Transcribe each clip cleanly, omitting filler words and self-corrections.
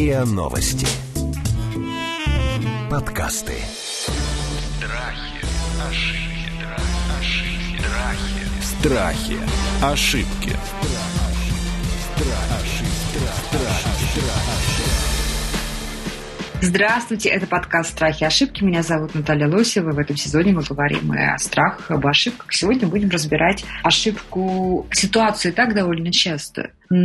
РИА Новости. Подкасты. Страхи. Ошибки. Здравствуйте, это подкаст «Страхи и ошибки». Меня зовут Наталья Лосева. В этом сезоне мы говорим о страхах, об ошибках. Сегодня будем разбирать ошибку. Ситуацию и так довольно часто,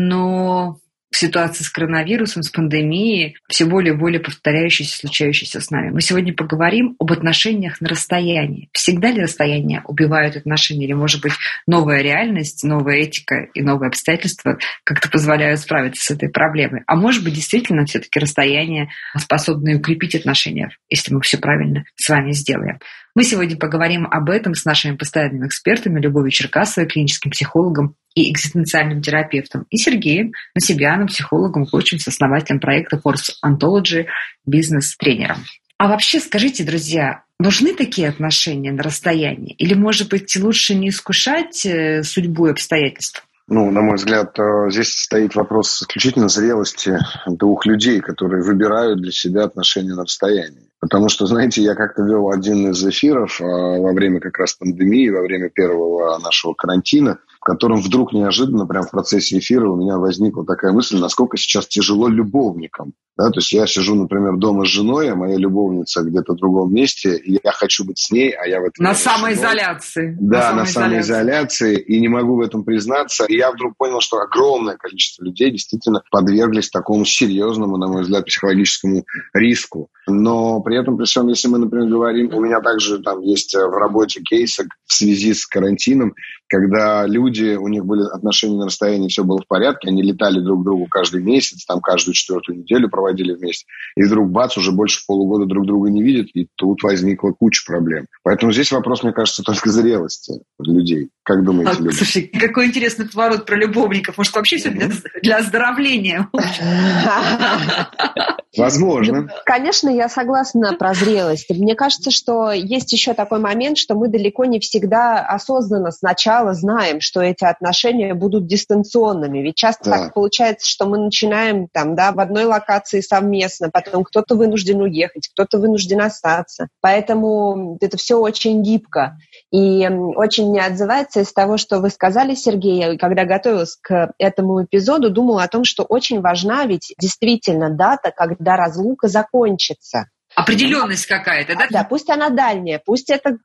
но в ситуации с коронавирусом, с пандемией, все более и более повторяющейся, случающейся с нами. Мы сегодня поговорим об отношениях на расстоянии. Всегда ли расстояние убивают отношения? Или, может быть, новая реальность, новая этика и новые обстоятельства как-то позволяют справиться с этой проблемой? А может быть, действительно, все-таки расстояние способно укрепить отношения, если мы все правильно с вами сделаем. Мы сегодня поговорим об этом с нашими постоянными экспертами Любовью Черкасовой, клиническим психологом и экзистенциальным терапевтом, и Сергеем Насибяном, психологом, коучем, основателем проекта Force Ontology, бизнес-тренером. А вообще, скажите, друзья, нужны такие отношения на расстоянии? Или, может быть, лучше не искушать судьбу и обстоятельства? На мой взгляд, здесь стоит вопрос исключительно зрелости двух людей, которые выбирают для себя отношения на расстоянии. Потому что, знаете, я как-то вел один из эфиров во время как раз пандемии, во время первого нашего карантина, в котором вдруг неожиданно, прямо в процессе эфира, у меня возникла такая мысль, насколько сейчас тяжело любовникам. Да? То есть я сижу, например, дома с женой, а моя любовница где-то в другом месте, и я хочу быть с ней, а я в этом... На самоизоляции. Да, на самоизоляции, и не могу в этом признаться. И я вдруг понял, что огромное количество людей действительно подверглись такому серьезному, на мой взгляд, психологическому риску. Но при этом, при всем, если мы, например, говорим, у меня также там есть в работе кейсы в связи с карантином, когда люди, у них были отношения на расстоянии, все было в порядке, они летали друг к другу каждый месяц, там каждую 4-ю неделю проводили вместе, и вдруг бац, уже больше полугода друг друга не видят, и тут возникла куча проблем. Поэтому здесь вопрос, мне кажется, только зрелости людей. Как думаете, Люба? Слушай, какой интересный поворот про любовников. Может, вообще все для оздоровления? Возможно. Конечно, я согласна про зрелость. Мне кажется, что есть еще такой момент, что мы далеко не всегда осознанно сначала знаем, что эти отношения будут дистанционными. Ведь часто так получается, что мы начинаем в одной локации совместно, потом кто-то вынужден уехать, кто-то вынужден остаться. Поэтому это все очень гибко. И очень мне отзывается из того, что вы сказали, Сергей, когда готовилась к этому эпизоду, думала о том, что очень важна ведь действительно дата, когда разлука закончится. Определенность какая-то, да? Да, пусть она дальняя, пусть это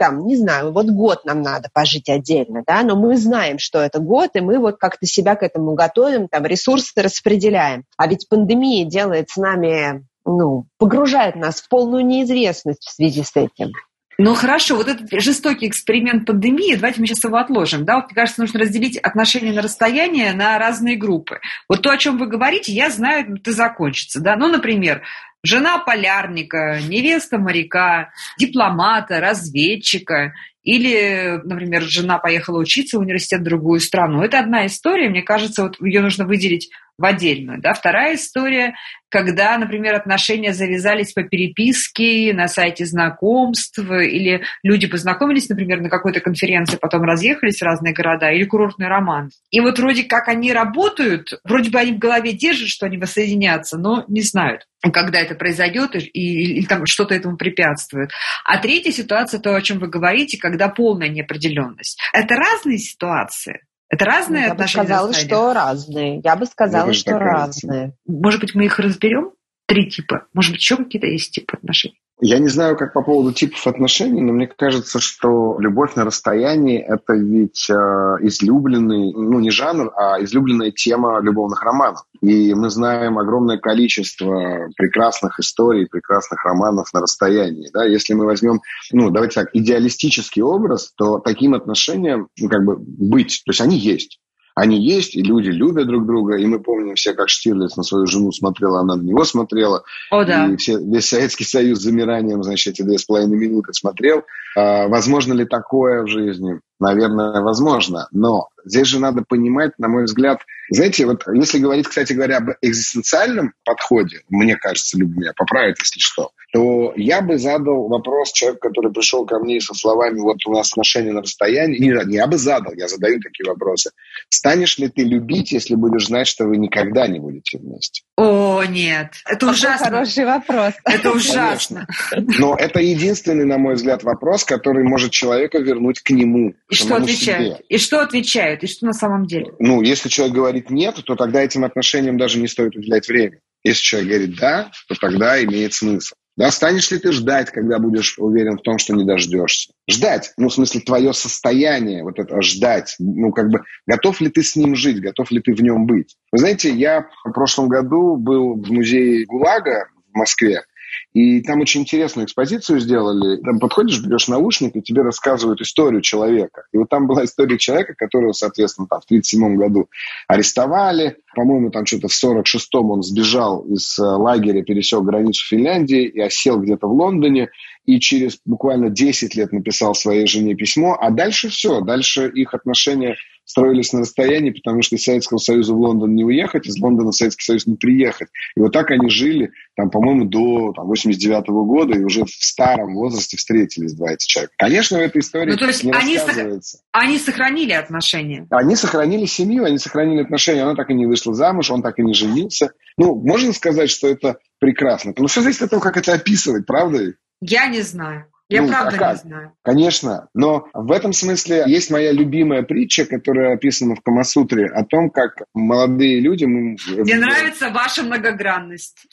год нам надо пожить отдельно, да, но мы знаем, что это год, и мы как-то себя к этому готовим, ресурсы распределяем. А ведь пандемия делает с нами, погружает нас в полную неизвестность в связи с этим. Ну хорошо, вот этот жестокий эксперимент пандемии, давайте мы сейчас его отложим. Да? Мне кажется, нужно разделить отношения на расстояние на разные группы. Вот то, о чем вы говорите, я знаю, это закончится. Да? Например, жена полярника, невеста моряка, дипломата, разведчика. Или, например, жена поехала учиться в университет в другую страну. Это одна история, мне кажется, ее нужно выделить в отдельную. Да? Вторая история, когда, например, отношения завязались по переписке на сайте знакомств, или люди познакомились, например, на какой-то конференции, потом разъехались в разные города, или курортный роман. И вроде как они работают, вроде бы они в голове держат, что они воссоединятся, но не знают, когда это произойдет, или там что-то этому препятствует. А третья ситуация, то, о чем вы говорите, когда полная неопределенность. Это разные ситуации. Это разные отношения? Я бы сказала, что разные. Может быть, мы их разберем? 3 типа. Может быть, еще какие-то есть типы отношений? Я не знаю, как по поводу типов отношений, но мне кажется, что любовь на расстоянии – это ведь излюбленный, не жанр, а излюбленная тема любовных романов. И мы знаем огромное количество прекрасных историй, прекрасных романов на расстоянии. Да? Если мы возьмем, давайте так, идеалистический образ, то таким отношениям быть, то есть они есть. Они есть, и люди любят друг друга, и мы помним все, как Штирлиц на свою жену смотрел, она на него смотрела. О, да. И весь Советский Союз с замиранием, эти 2,5 минуты смотрел. Возможно ли такое в жизни? Наверное, возможно. Но здесь же надо понимать, на мой взгляд, знаете, вот если говорить, кстати говоря, об экзистенциальном подходе, мне кажется, Люба меня поправит, если что, то я бы задал вопрос человеку, который пришел ко мне со словами «вот у нас отношения на расстоянии». Не я бы задал, я задаю такие вопросы. Станешь ли ты любить, если будешь знать, что вы никогда не будете вместе? О, нет. Это ужасно. Хороший вопрос. Это ужасно. Конечно. Но это единственный, на мой взгляд, вопрос, который может человека вернуть к нему. И что отвечают? Себе. И что отвечают? И что на самом деле? Ну, если человек говорит «нет», то тогда этим отношениям даже не стоит уделять время. Если человек говорит «да», то тогда имеет смысл. Да, станешь ли ты ждать, когда будешь уверен в том, что не дождешься? Ждать, в смысле, твое состояние, вот это ждать, готов ли ты с ним жить, готов ли ты в нем быть? Вы знаете, я в прошлом году был в музее ГУЛАГа в Москве, и там очень интересную экспозицию сделали. Там подходишь, берешь наушник, и тебе рассказывают историю человека. И вот там была история человека, которого, соответственно, там, в 1937 году арестовали. По-моему, там что-то в 1946-м он сбежал из лагеря, пересек границу Финляндии и осел где-то в Лондоне. И через буквально 10 лет написал своей жене письмо. А дальше все. Дальше их отношения строились на расстоянии, потому что из Советского Союза в Лондон не уехать, из Лондона в Советский Союз не приехать. И вот так они жили, там, по-моему, до 89-го года, и уже в старом возрасте встретились два этих человека. Конечно, в этой истории не рассказывается. Они сохранили отношения? Они сохранили семью, они сохранили отношения. Она так и не вышла замуж, он так и не женился. Можно сказать, что это прекрасно. Но все зависит от того, как это описывать, правда? Я не знаю. Я правда не знаю. Конечно. Но в этом смысле есть моя любимая притча, которая описана в Камасутре, о том, как молодые люди... Мне нравится ваша многогранность.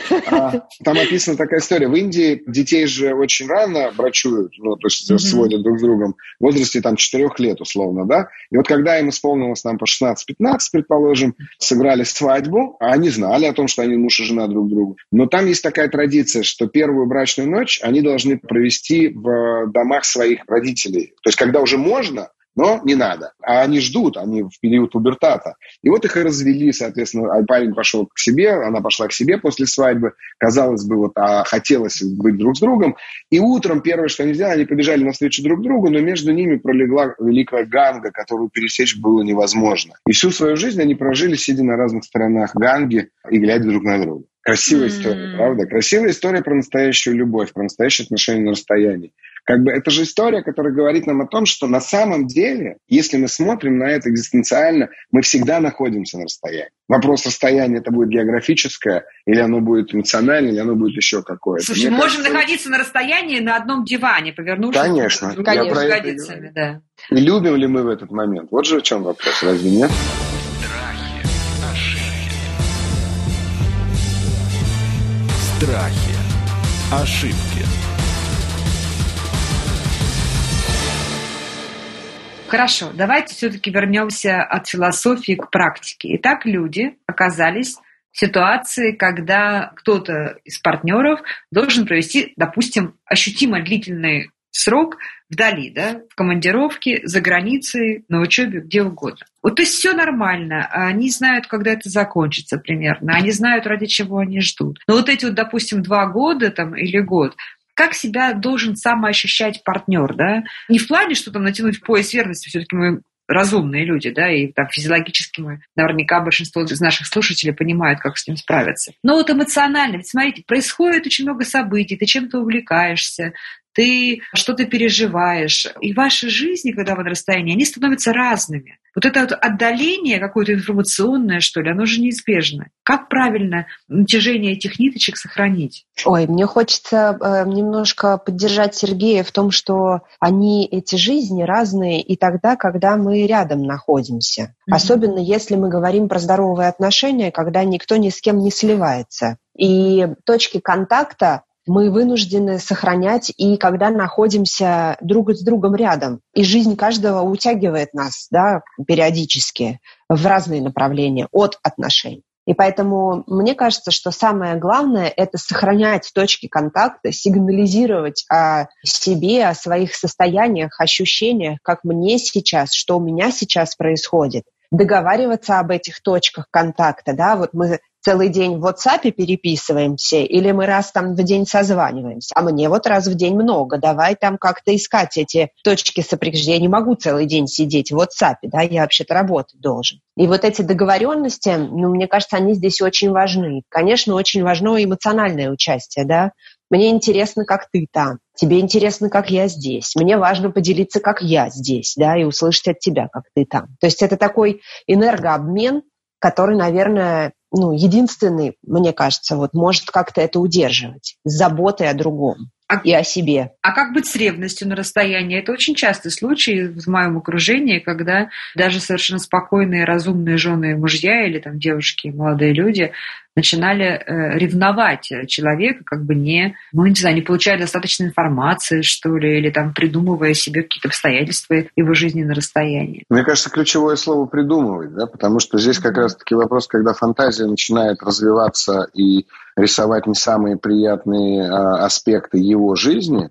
Там описана такая история. В Индии детей же очень рано брачуют, то есть сводят друг с другом, в возрасте 4 лет условно, да? И вот когда им исполнилось по 16-15, предположим, сыграли свадьбу, а они знали о том, что они муж и жена друг другу. Но там есть такая традиция, что первую брачную ночь они должны провести в домах своих родителей. То есть, когда уже можно, но не надо. А они ждут, они в период пубертата. И вот их и развели, соответственно. Парень пошел к себе, она пошла к себе после свадьбы. Казалось бы, хотелось быть друг с другом. И утром первое, что они сделали, они побежали навстречу друг другу, но между ними пролегла великая Ганга, которую пересечь было невозможно. И всю свою жизнь они прожили, сидя на разных сторонах Ганги и глядя друг на друга. Красивая история, правда? Красивая история про настоящую любовь, про настоящие отношения на расстоянии. Это же история, которая говорит нам о том, что на самом деле, если мы смотрим на это экзистенциально, мы всегда находимся на расстоянии. Вопрос расстояния, это будет географическое, или оно будет эмоциональное, или оно будет еще какое-то. Слушай, мы можем находиться на расстоянии на одном диване, повернувшись ягодицами. Да. И любим ли мы в этот момент? Вот же в чем вопрос, разве нет? Страхи, ошибки. Хорошо, давайте все-таки вернемся от философии к практике. Итак, люди оказались в ситуации, когда кто-то из партнеров должен провести, допустим, ощутимо длительный срок вдали, да, в командировке, за границей, на учебе, где угодно. То есть все нормально, они знают, когда это закончится примерно, они знают, ради чего они ждут. Но эти допустим, 2 года или год, как себя должен самоощущать партнер, да? Не в плане, что натянуть пояс верности, все-таки мы разумные люди, да, и физиологически мы, наверняка большинство из наших слушателей понимают, как с ним справиться. Но эмоционально, ведь смотрите, происходит очень много событий, ты чем-то увлекаешься, ты что-то переживаешь. И ваши жизни, когда вы на расстоянии, они становятся разными. Это отдаление какое-то информационное, что ли, оно же неизбежно. Как правильно натяжение этих ниточек сохранить? Мне хочется немножко поддержать Сергея в том, что эти жизни разные и тогда, когда мы рядом находимся. Особенно если мы говорим про здоровые отношения, когда никто ни с кем не сливается. И точки контакта мы вынуждены сохранять и когда находимся друг с другом рядом. И жизнь каждого утягивает нас, да, периодически в разные направления от отношений. И поэтому мне кажется, что самое главное – это сохранять точки контакта, сигнализировать о себе, о своих состояниях, ощущениях, как мне сейчас, что у меня сейчас происходит. Договариваться об этих точках контакта. Да? Мы целый день в WhatsApp переписываемся, или мы раз там в день созваниваемся. А мне вот раз в день много. Давай там как-то искать эти точки соприкосновения. Я не могу целый день сидеть в WhatsApp, да, я вообще-то работать должен. И вот эти договоренности, мне кажется, они здесь очень важны. Конечно, очень важно эмоциональное участие, да. Мне интересно, как ты там. Тебе интересно, как я здесь. Мне важно поделиться, как я здесь, да, и услышать от тебя, как ты там. То есть это такой энергообмен, который, наверное, единственный, мне кажется, вот может как-то это удерживать. С заботой о другом и о себе. А как быть с ревностью на расстоянии? Это очень частый случай в моем окружении, когда даже совершенно спокойные, разумные жены и мужья или там девушки, молодые люди начинали ревновать человека, как бы не получая достаточно информации, что ли, или там придумывая себе какие-то обстоятельства его жизни на расстоянии. Мне кажется, ключевое слово «придумывать», да, потому что здесь как раз-таки вопрос, когда фантазия начинает развиваться и рисовать не самые приятные аспекты его жизни,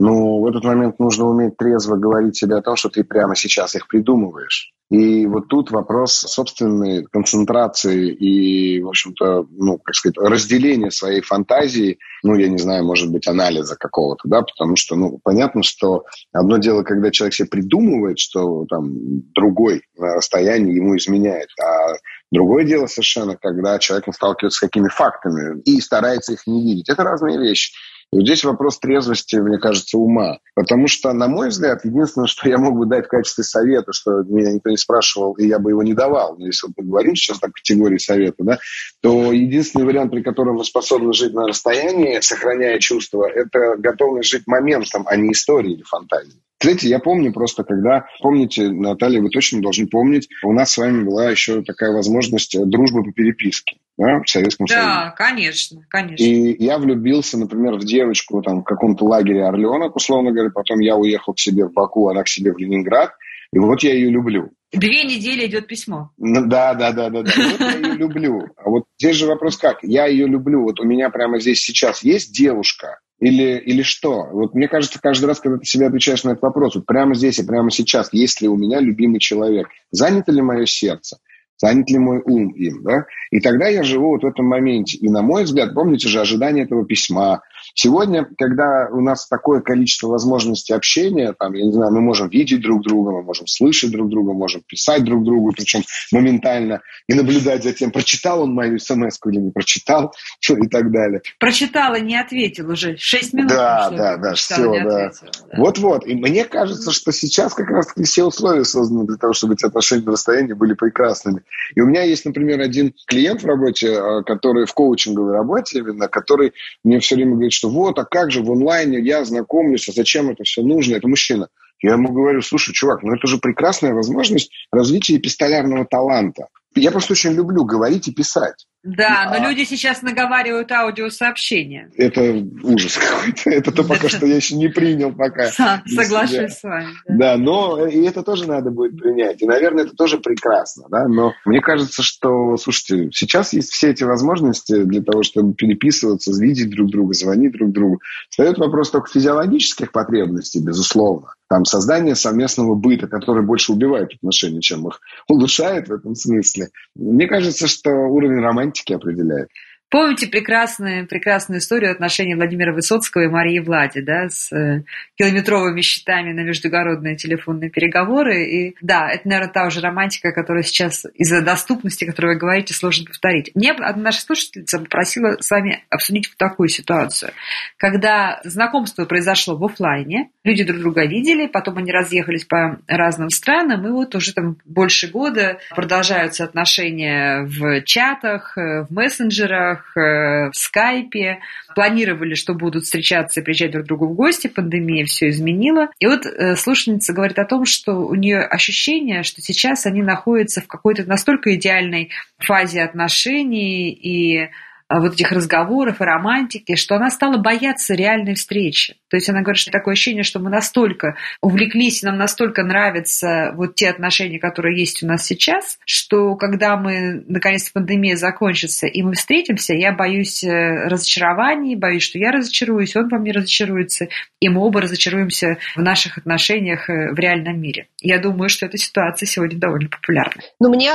в этот момент нужно уметь трезво говорить себе о том, что ты прямо сейчас их придумываешь. И вот тут вопрос собственной концентрации и, в общем-то, разделения своей фантазии, я не знаю, может быть, анализа какого-то, да, потому что, понятно, что одно дело, когда человек себе придумывает, что там другой на расстоянии ему изменяет, а другое дело совершенно, когда человек сталкивается с какими фактами и старается их не видеть. Это разные вещи. И вот здесь вопрос трезвости, мне кажется, ума. Потому что, на мой взгляд, единственное, что я мог бы дать в качестве совета, что меня никто не спрашивал, и я бы его не давал, но если мы говорим сейчас о категории совета, да, то единственный вариант, при котором мы способны жить на расстоянии, сохраняя чувства, это готовность жить моментом, а не историей или фантазией. Кстати, я помню просто, помните, Наталья, вы точно должны помнить, у нас с вами была еще такая возможность дружбы по переписке, да, в Советском Союзе. Да, конечно. И я влюбился, например, в девочку там, в каком-то лагере «Орленок», условно говоря, потом я уехал к себе в Баку, она к себе в Ленинград, и вот я ее люблю. 2 недели идет письмо. Да. Вот я ее люблю. А вот здесь же вопрос как? Я ее люблю. Вот у меня прямо здесь сейчас есть девушка, или что? Вот мне кажется, каждый раз, когда ты себе отвечаешь на этот вопрос, вот прямо здесь и прямо сейчас, есть ли у меня любимый человек? Занято ли мое сердце? Занят ли мой ум им, да? И тогда я живу вот в этом моменте. И, на мой взгляд, помните же, ожидание этого письма. Сегодня, когда у нас такое количество возможностей общения, там, я не знаю, мы можем видеть друг друга, мы можем слышать друг друга, можем писать друг другу, причем моментально, и наблюдать за тем, прочитал он мою смс-ку или не прочитал, и так далее. Прочитал и не ответил уже 6 минут. Да, все, да. Вот. И мне кажется, что сейчас как раз-таки все условия созданы для того, чтобы эти отношения на расстоянии были прекрасными. И у меня есть, например, один клиент в работе, который в коучинговой работе именно, который мне все время говорит, что вот, а как же в онлайне я знакомлюсь, а зачем это все нужно? Это мужчина. Я ему говорю, слушай, чувак, это же прекрасная возможность развития эпистолярного таланта. Я просто очень люблю говорить и писать. Да, но люди сейчас наговаривают аудиосообщения. Это ужас какой-то. Это то пока что я еще не принял пока. Соглашусь с вами. Да, но и это тоже надо будет принять. И, наверное, это тоже прекрасно. Да? Но мне кажется, что, слушайте, сейчас есть все эти возможности для того, чтобы переписываться, видеть друг друга, звонить друг другу. Встает вопрос только физиологических потребностей, безусловно. Там создание совместного быта, который больше убивает отношения, чем их улучшает в этом смысле. Мне кажется, что уровень романтики определяет. Помните прекрасную историю отношений Владимира Высоцкого и Марии Влади, да, с километровыми счетами на междугородные телефонные переговоры. И да, это, наверное, та уже романтика, которая сейчас из-за доступности, о которой вы говорите, сложно повторить. Мне одна наша слушательница попросила с вами обсудить такую ситуацию. Когда знакомство произошло в офлайне, люди друг друга видели, потом они разъехались по разным странам, и вот уже там больше года продолжаются отношения в чатах, в мессенджерах, в скайпе, планировали, что будут встречаться и приезжать друг к другу в гости, пандемия все изменила. И вот слушательница говорит о том, что у нее ощущение, что сейчас они находятся в какой-то настолько идеальной фазе отношений и вот этих разговоров и романтики, что она стала бояться реальной встречи. То есть она говорит, что такое ощущение, что мы настолько увлеклись, нам настолько нравятся вот те отношения, которые есть у нас сейчас, что когда мы, наконец, пандемия закончится и мы встретимся, я боюсь разочарований, боюсь, что я разочаруюсь, он во мне разочаруется, и мы оба разочаруемся в наших отношениях в реальном мире. Я думаю, что эта ситуация сегодня довольно популярна. Ну, мне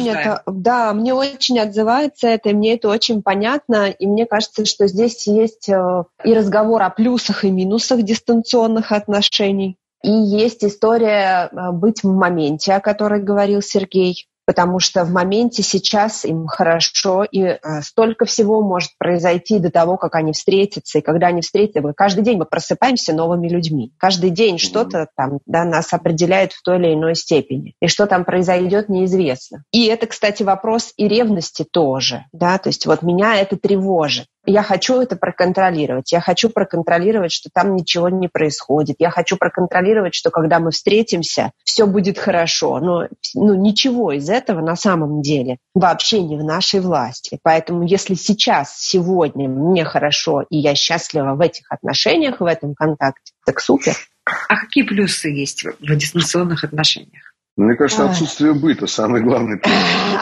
очень отзывается это, и мне это очень понятно, и мне кажется, что здесь есть и разговор о плюсах и минусах дистанционных отношений, и есть история быть в моменте, о которой говорил Сергей, потому что в моменте сейчас им хорошо, и столько всего может произойти до того, как они встретятся, и когда они встретятся, каждый день мы просыпаемся новыми людьми. Каждый день что-то там, да, нас определяет в той или иной степени. И что там произойдет, неизвестно. И это, кстати, вопрос и ревности тоже. Да? То есть вот меня это тревожит. Я хочу это проконтролировать. Я хочу проконтролировать, что там ничего не происходит. Я хочу проконтролировать, что когда мы встретимся, все будет хорошо. Но ничего из этого на самом деле вообще не в нашей власти. Поэтому если сейчас, сегодня мне хорошо, и я счастлива в этих отношениях, в этом контакте, так супер. А какие плюсы есть в дистанционных отношениях? Мне кажется, отсутствие быта – самый главный плюс.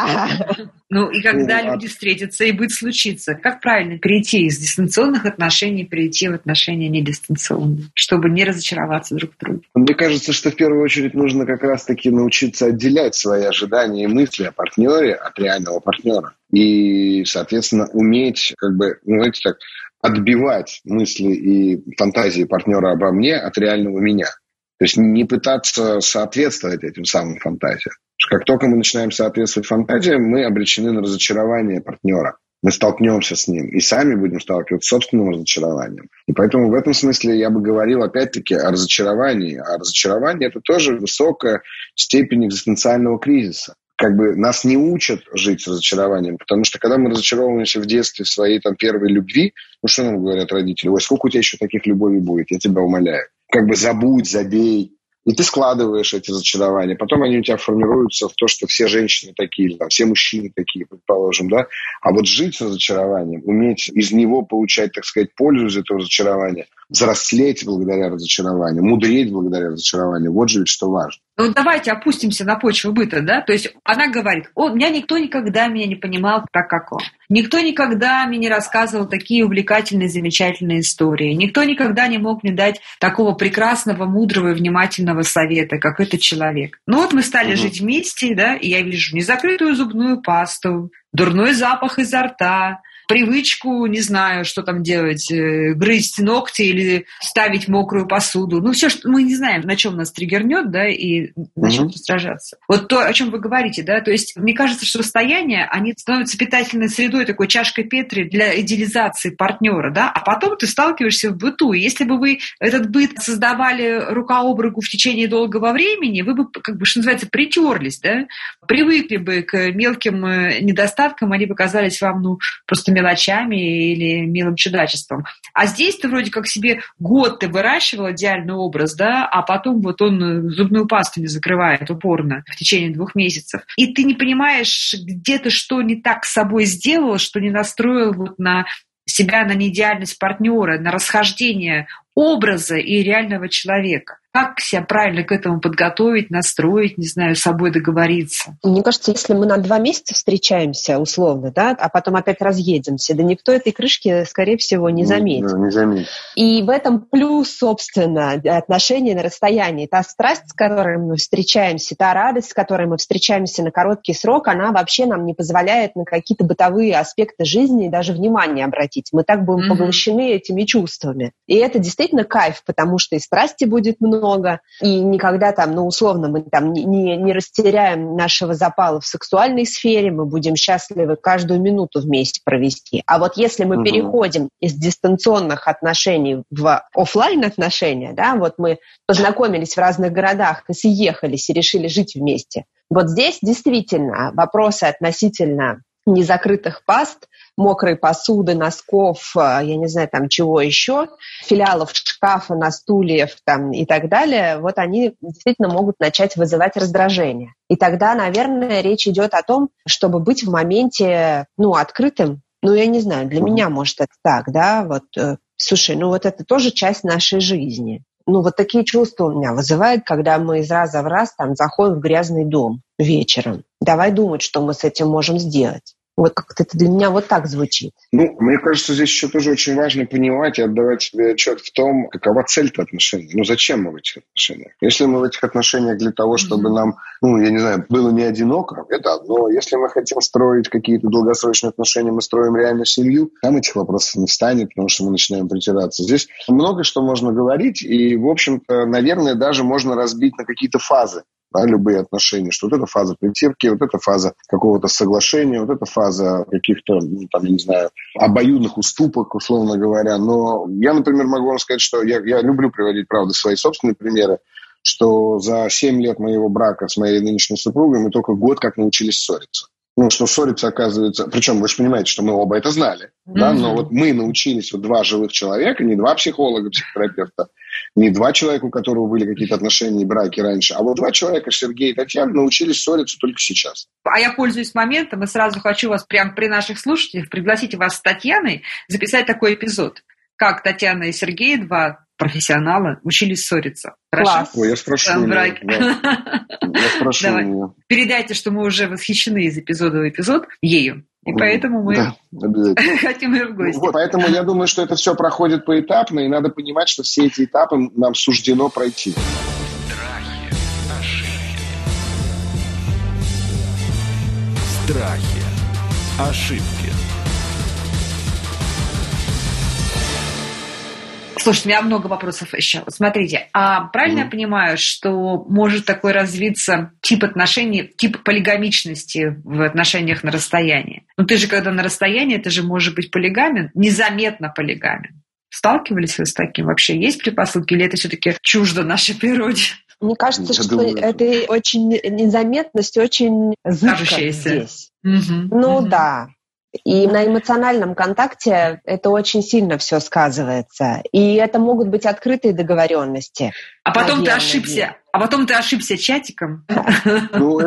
Ну и когда люди встретятся и быт случится, как правильно перейти из дистанционных отношений, перейти в отношения недистанционные, чтобы не разочароваться друг в друге? Мне кажется, что в первую очередь нужно как раз-таки научиться отделять свои ожидания и мысли о партнере от реального партнера. И, соответственно, уметь, отбивать мысли и фантазии партнера обо мне от реального меня. То есть не пытаться соответствовать этим самым фантазиям. Как только мы начинаем соответствовать фантазиям, мы обречены на разочарование партнера. Мы столкнемся с ним и сами будем сталкиваться с собственным разочарованием. И поэтому в этом смысле я бы говорил опять-таки о разочаровании. А разочарование – это тоже высокая степень экзистенциального кризиса. Нас не учат жить с разочарованием, потому что когда мы разочаровываемся в детстве в своей первой любви, что нам говорят родители? Ой, сколько у тебя еще таких любовей будет, я тебя умоляю. Забудь, забей. И ты складываешь эти разочарования. Потом они у тебя формируются в то, что все женщины такие, или все мужчины такие, предположим, да. А вот жить с разочарованием, уметь из него получать, пользу из этого разочарования, взрослеть благодаря разочарованию, мудреть благодаря разочарованию, вот же ведь что важно. Ну, давайте опустимся на почву быта, да? То есть она говорит, меня никто никогда не понимал так, как он. Никто никогда мне не рассказывал такие увлекательные, замечательные истории. Никто никогда не мог мне дать такого прекрасного, мудрого и внимательного совета, как этот человек. Ну вот мы стали жить вместе, да, и я вижу незакрытую зубную пасту, дурной запах изо рта, привычку, не знаю, что там делать, грызть ногти или ставить мокрую посуду. Ну, все, что мы не знаем, на чем нас триггернет, да, и начнет раздражаться. Вот то, о чем вы говорите, да, то есть мне кажется, что расстояния, они становятся питательной средой, такой чашкой Петри для идеализации партнера, да, а потом ты сталкиваешься в быту. И если бы вы этот быт создавали рука об руку в течение долгого времени, вы бы, что называется, притерлись, да, привыкли бы к мелким недостаткам, они бы казались вам, просто мелочами или милым чудачеством. А здесь ты вроде как себе год ты выращивал идеальный образ, да, а потом вот он зубную пасту не закрывает упорно в течение 2 месяцев. И ты не понимаешь, где ты что не так с собой сделал, что не настроил вот на себя, на неидеальность партнера, на расхождение образа и реального человека. Как себя правильно к этому подготовить, настроить, не знаю, с собой договориться? Мне кажется, если мы на 2 месяца встречаемся, условно, да, а потом опять разъедемся, да никто этой крышки, скорее всего, не заметит. Не заметит. И в этом плюс, собственно, отношения на расстоянии. Та страсть, с которой мы встречаемся, та радость, с которой мы встречаемся на короткий срок, она вообще нам не позволяет на какие-то бытовые аспекты жизни даже внимание обратить. Мы так будем поглощены этими чувствами. И это действительно кайф, потому что и страсти будет много, и никогда условно, мы не растеряем нашего запала в сексуальной сфере, мы будем счастливы каждую минуту вместе провести. А вот если мы переходим из дистанционных отношений в офлайн отношения, да, вот мы познакомились в разных городах и съехались и решили жить вместе, вот здесь действительно вопросы относительно незакрытых паст, мокрой посуды, носков, я не знаю, чего еще, филиалов шкафа, на стульев и так далее, вот они действительно могут начать вызывать раздражение. И тогда, наверное, речь идет о том, чтобы быть в моменте, открытым, Ну, я не знаю, для меня, может, это так, да, вот, слушай, ну вот это тоже часть нашей жизни. Ну, вот такие чувства у меня вызывает, когда мы из раза в раз там заходим в грязный дом вечером. Давай думать, что мы с этим можем сделать. Вот как-то это для меня вот так звучит. Ну, мне кажется, здесь еще тоже очень важно понимать и отдавать себе отчет в том, какова цель-то отношений. Ну, зачем мы в этих отношениях? Если мы в этих отношениях для того, чтобы нам, ну, я не знаю, было не одиноко, это одно. Если мы хотим строить какие-то долгосрочные отношения, мы строим реально семью, там этих вопросов не станет, потому что мы начинаем притираться. Здесь много что можно говорить, и, в общем-то, наверное, даже можно разбить на какие-то фазы. Да, любые отношения, что вот эта фаза притирки, вот эта фаза какого-то соглашения, вот эта фаза каких-то, ну, там, не знаю, обоюдных уступок, условно говоря. Но я, например, могу вам сказать, что я люблю приводить, правда, свои собственные примеры, что за 7 лет моего брака с моей нынешней супругой мы только год как научились ссориться. Ну, что ссориться, оказывается... Причем вы же понимаете, что мы оба это знали. Да? Но вот мы научились, вот 2 живых человека, не 2 психолога, психотерапевта, не 2 человека, у которого были какие-то отношения и браки раньше, а вот 2 человека, Сергей и Татьяна, научились ссориться только сейчас. А я пользуюсь моментом и сразу хочу вас прямо при наших слушателях пригласить вас с Татьяной записать такой эпизод. Как Татьяна и Сергей, 2 профессионала, учились ссориться. Класс. Ой, я спрошу ее. Я спрошу ее. Передайте, что мы уже восхищены из эпизода в эпизод ею. И поэтому мы хотим ее в гости. Вот, поэтому я думаю, что это все проходит поэтапно, и надо понимать, что все эти этапы нам суждено пройти. Страхи, ошибки. Слушайте, у меня много вопросов еще. Смотрите, а правильно я понимаю, что может такой развиться тип отношений, тип полигамичности в отношениях на расстоянии? Ну ты же, когда на расстоянии, ты же можешь быть полигамен, незаметно полигамен. Сталкивались вы с таким? Вообще есть предпосылки или это все-таки чуждо нашей природе? Мне кажется, что это очень незаметность, очень зыбко здесь. Да. И на эмоциональном контакте это очень сильно все сказывается. И это могут быть открытые договоренности. А потом ты ошибся чатиком. Ну,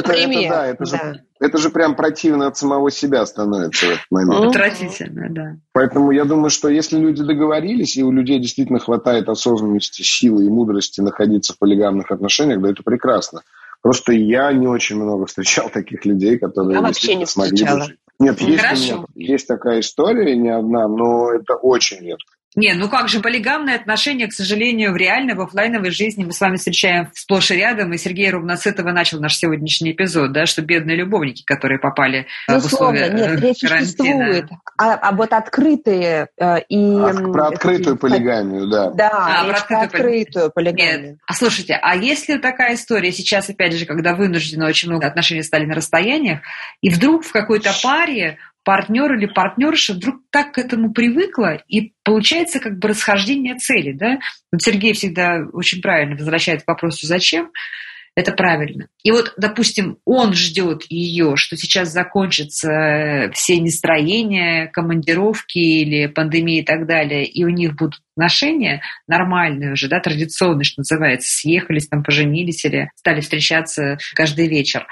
это же прям противно от самого себя становится в этот момент. Отвратительно, да. Поэтому я думаю, что если люди договорились, и у людей действительно хватает осознанности, силы и мудрости находиться в полигамных отношениях, да, это прекрасно. Просто я не очень много встречал таких людей, которые вообще не смогли жить. Нет, есть такая история, не одна, но это очень редко. Не, ну как же, полигамные отношения, к сожалению, в реальной, в офлайновой жизни мы с вами встречаем сплошь и рядом, и Сергей ровно с этого начал наш сегодняшний эпизод, да, что бедные любовники, которые попали в условия нет, речь существует, а вот открытые и... Про открытую полигамию, да. Да, про открытую полигамию. Нет. А слушайте, а если такая история сейчас, опять же, когда вынужденно очень много отношений стали на расстояниях, и вдруг в какой-то паре партнер или партнерша вдруг так к этому привыкла, и получается как бы расхождение цели, да? Вот Сергей всегда очень правильно возвращает к вопросу «зачем?». Это правильно. И вот, допустим, он ждет ее, что сейчас закончатся все нестроения, командировки или пандемии и так далее, и у них будут отношения нормальные уже, да, традиционные, что называется, съехались, там, поженились или стали встречаться каждый вечер.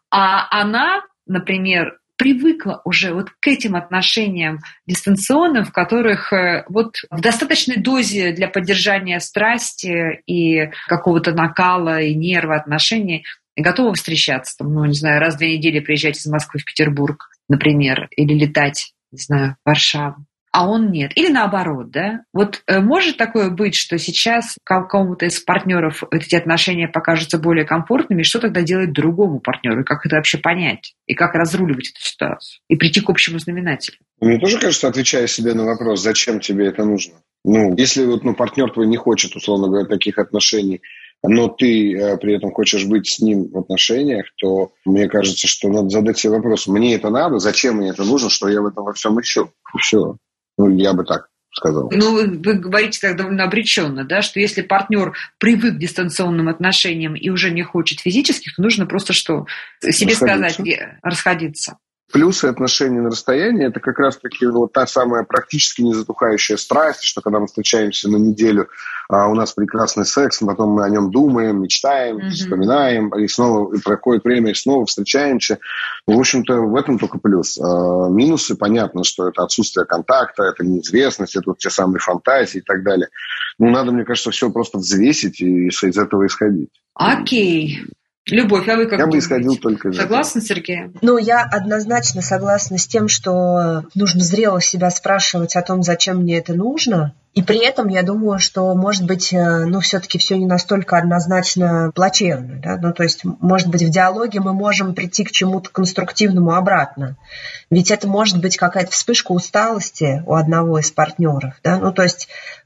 А она, например, привыкла уже вот к этим отношениям дистанционным, в которых вот в достаточной дозе для поддержания страсти и какого-то накала и нерва отношений готова встречаться, там, ну, не знаю, раз в 2 недели приезжать из Москвы в Петербург, например, или летать, не знаю, в Варшаву. А он нет. Или наоборот, да? Вот может такое быть, что сейчас кому-то из партнеров эти отношения покажутся более комфортными, и что тогда делать другому партнеру? И как это вообще понять? И как разруливать эту ситуацию? И прийти к общему знаменателю? Мне тоже кажется, отвечая себе на вопрос, зачем тебе это нужно? Ну, если вот, партнер твой не хочет, условно говоря, таких отношений, но ты при этом хочешь быть с ним в отношениях, то мне кажется, что надо задать себе вопрос, мне это надо, зачем мне это нужно, что я в этом во всем ищу? И все. Ну, я бы так сказал. Ну, вы говорите так довольно обреченно, да, что если партнер привык к дистанционным отношениям и уже не хочет физических, то нужно просто что? Себе сказать, расходиться. Плюсы отношений на расстоянии – это как раз-таки вот та самая практически незатухающая страсть, что когда мы встречаемся на неделю, у нас прекрасный секс, потом мы о нем думаем, мечтаем, вспоминаем, и снова проходит время, и снова встречаемся. В общем-то, в этом только плюс. Минусы, понятно, что это отсутствие контакта, это неизвестность, это вот те самые фантазии и так далее. Надо, мне кажется, все просто взвесить и из этого исходить. Окей. Любовь, а вы как Я думаете? бы исходил только из этого. Согласна, Сергей? Я однозначно согласна с тем, что нужно зрело себя спрашивать о том, зачем мне это нужно. И при этом я думаю, что, может быть, все-таки все не настолько однозначно плачевно. Да? То есть, может быть, в диалоге мы можем прийти к чему-то конструктивному обратно. Ведь это может быть какая-то вспышка усталости у одного из партнеров. Да? То есть,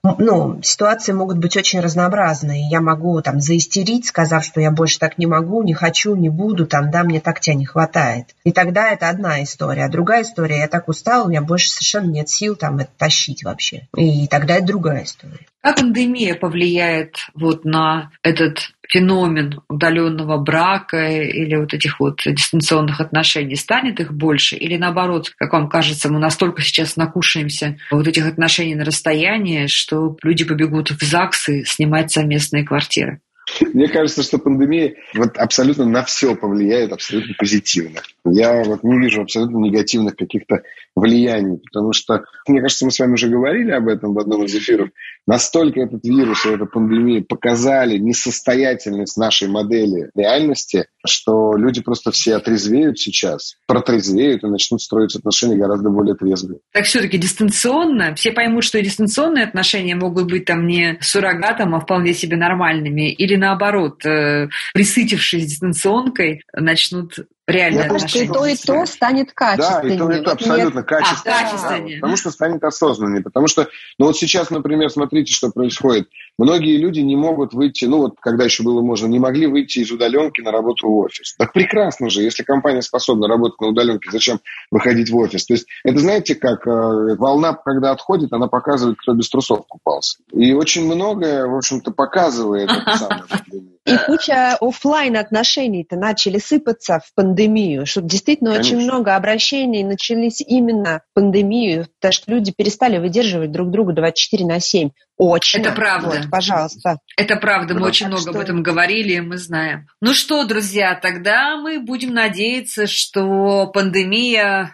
ситуации могут быть очень разнообразные. Я могу заистерить, сказав, что я больше так не могу, не хочу, не буду, мне так тебя не хватает. И тогда это одна история. А другая история, я так устала, у меня больше совершенно нет сил это тащить вообще. И тогда это другая история. Как пандемия повлияет на этот феномен удаленного брака или этих дистанционных отношений? Станет их больше? Или наоборот, как вам кажется, мы настолько сейчас накушаемся этих отношений на расстоянии, что люди побегут в ЗАГСы снимать совместные квартиры? Мне кажется, что пандемия абсолютно на все повлияет абсолютно позитивно. Я не вижу абсолютно негативных каких-то влияний, потому что, мне кажется, мы с вами уже говорили об этом в одном из эфиров. Настолько этот вирус и эта пандемия показали несостоятельность нашей модели реальности, что люди просто все отрезвеют сейчас, протрезвеют и начнут строить отношения гораздо более трезвые. Так все-таки дистанционно, все поймут, что и дистанционные отношения могут быть не суррогатом, а вполне себе нормальными, или наоборот, присытившись дистанционкой, начнут реально отношения. Мне кажется, и то станет качественнее. Да, и то абсолютно качественнее. Потому что станет осознаннее. Потому что, сейчас, например, смотрите, что происходит. Многие люди не могут выйти, когда еще было можно, не могли выйти из удаленки на работу в офис. Так прекрасно же, если компания способна работать на удаленке, зачем выходить в офис? То есть, это знаете, как волна, когда отходит, она показывает, кто без трусов купался. И очень многое, в общем-то, показывает это самое. И куча офлайн отношений-то начали сыпаться в пандемию, что действительно очень много обращений начались именно в пандемию, потому что люди перестали выдерживать друг друга 24/7. Очень. Это правда. Пожалуйста. Это правда, мы очень много об этом говорили, мы знаем. Ну что, друзья, тогда мы будем надеяться, что пандемия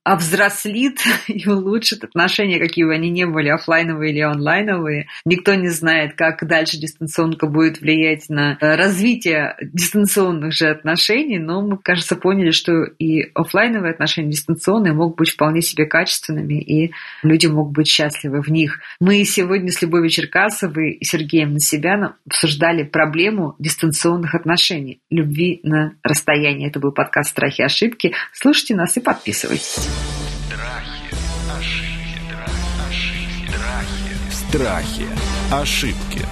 взрослит и улучшит отношения, какие бы они ни были, офлайновые или онлайновые. Никто не знает, как дальше дистанционка будет влиять на развитие дистанционных же отношений, но мы, кажется, поняли, что и офлайновые отношения, дистанционные могут быть вполне себе качественными, и люди могут быть счастливы в них. Мы сегодня с Любовью Черкасовой и Сергеем Насибяном обсуждали проблему дистанционных отношений, любви на расстоянии. Это был подкаст «Страхи и ошибки». Слушайте нас и подписывайтесь. Страхи, ошибки.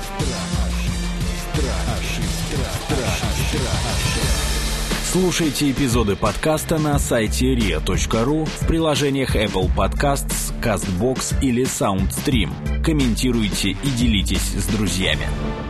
Слушайте эпизоды подкаста на сайте ria.ru, в приложениях Apple Podcasts, CastBox или SoundStream. Комментируйте и делитесь с друзьями.